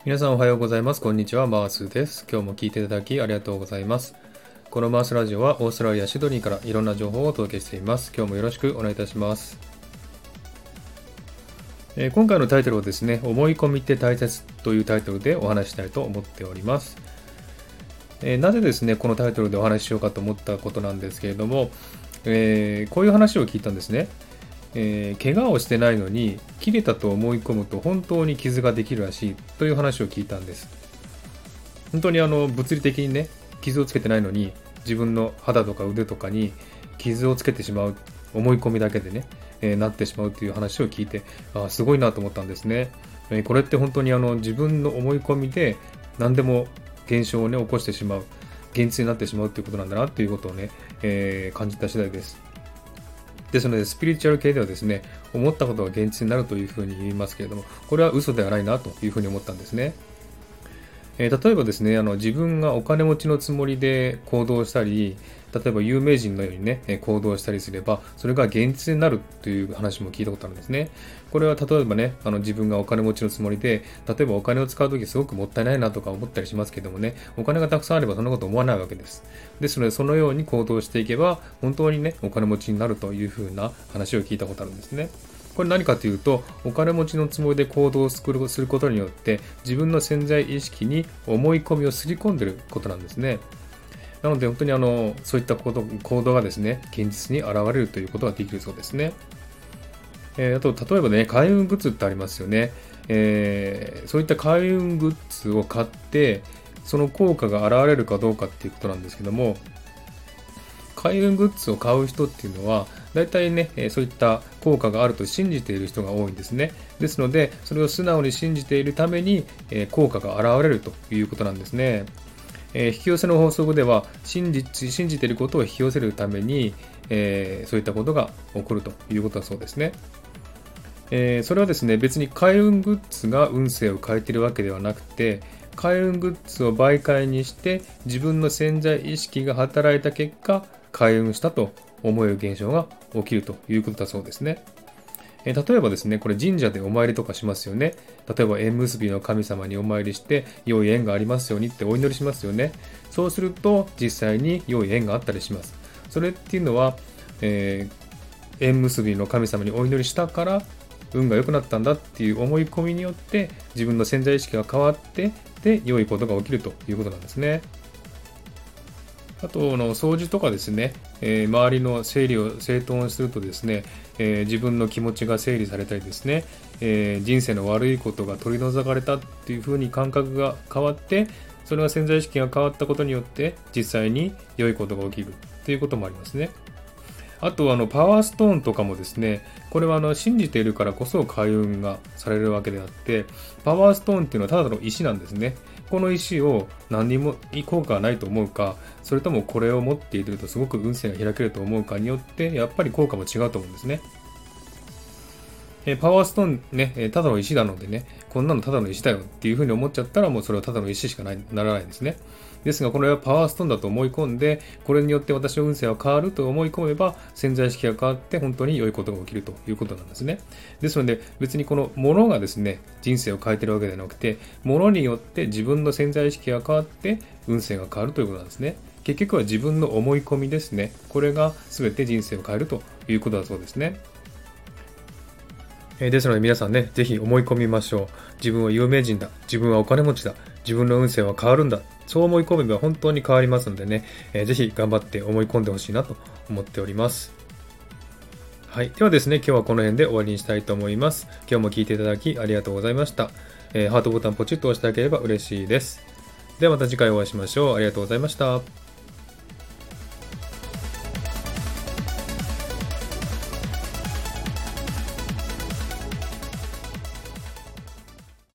皆さんおはようございます。こんにちは。マースです。今日も聞いていただきありがとうございます。このマースラジオはオーストラリア・シドニーからいろんな情報をお届けしています。今日もよろしくお願いいたします。今回のタイトルをですね、思い込みって大切というタイトルでお話ししたいと思っております。なぜですね、このタイトルでお話ししようかと思ったことなんですけれども、こういう話を聞いたんですね。怪我をしてないのに切れたと思い込むと本当に傷ができるらしいという話を聞いたんです。本当に物理的にね、傷をつけてないのに自分の肌とか腕とかに傷をつけてしまう、思い込みだけでね、なってしまうという話を聞いて、すごいなと思ったんですね。これって本当に自分の思い込みで何でも現象をね起こしてしまう、現実になってしまうということなんだなということをね、感じた次第です。ですので、スピリチュアル系ではですね、思ったことが現実になるというふうに言いますけれども、これは嘘ではないなというふうに思ったんですね。例えばですね、自分がお金持ちのつもりで行動したり、例えば有名人のようにね、行動したりすれば、それが現実になるという話も聞いたことあるんですね。これは例えばね、自分がお金持ちのつもりで、例えばお金を使うときすごくもったいないなとか思ったりしますけどもね、お金がたくさんあればそんなこと思わないわけです。ですので、そのように行動していけば、本当にね、お金持ちになるというふうな話を聞いたことあるんですね。これ何かというと、お金持ちのつもりで行動をすることによって、自分の潜在意識に思い込みをすり込んでいることなんですね。なので本当にそういった行動がですね、現実に現れるということができるそうですね。あと、例えばね、開運グッズってありますよね。そういった開運グッズを買って、その効果が現れるかどうかっていうことなんですけども、開運グッズを買う人っていうのは、大体ね、そういった効果があると信じている人が多いんですね。ですので、それを素直に信じているために、効果が現れるということなんですね。引き寄せの法則では信じていることを引き寄せるために、そういったことが起こるということだそうですね。それはですね、別に開運グッズが運勢を変えているわけではなくて、開運グッズを媒介にして自分の潜在意識が働いた結果、開運したと思える現象が起きるということだそうですね。例えばですね、これ神社でお参りとかしますよね。例えば縁結びの神様にお参りして良い縁がありますようにってお祈りしますよね。そうすると実際に良い縁があったりします。それっていうのは、縁結びの神様にお祈りしたから運が良くなったんだっていう思い込みによって自分の潜在意識が変わってで良いことが起きるということなんですね。あと掃除とかですね、周りの整理を整頓するとですね、自分の気持ちが整理されたりですね、人生の悪いことが取り除かれたっていうふうに感覚が変わって、それが潜在意識が変わったことによって実際に良いことが起きるっていうこともありますね。あとパワーストーンとかもですね、これは信じているからこそ開運がされるわけであって、パワーストーンっていうのはただの石なんですね。この石を何にも効果がないと思うか、それともこれを持っているとすごく運勢が開けると思うかによって、やっぱり効果も違うと思うんですね。パワーストーンね、ただの石なのでね、こんなのただの石だよっていうふうに思っちゃったらもうそれはただの石しかならないんですね。ですがこれはパワーストーンだと思い込んで、これによって私の運勢は変わると思い込めば潜在意識が変わって本当に良いことが起きるということなんですね。ですので別にこの物がですね、人生を変えているわけではなくて、物によって自分の潜在意識が変わって運勢が変わるということなんですね。結局は自分の思い込みですね。これが全て人生を変えるということだそうですね。ですので皆さんね、ぜひ思い込みましょう。自分は有名人だ。自分はお金持ちだ。自分の運勢は変わるんだ。そう思い込めば本当に変わりますのでね、ぜひ頑張って思い込んでほしいなと思っております。はい。ではですね、今日はこの辺で終わりにしたいと思います。今日も聞いていただきありがとうございました。ハートボタンポチッと押していただければ嬉しいです。ではまた次回お会いしましょう。ありがとうございました。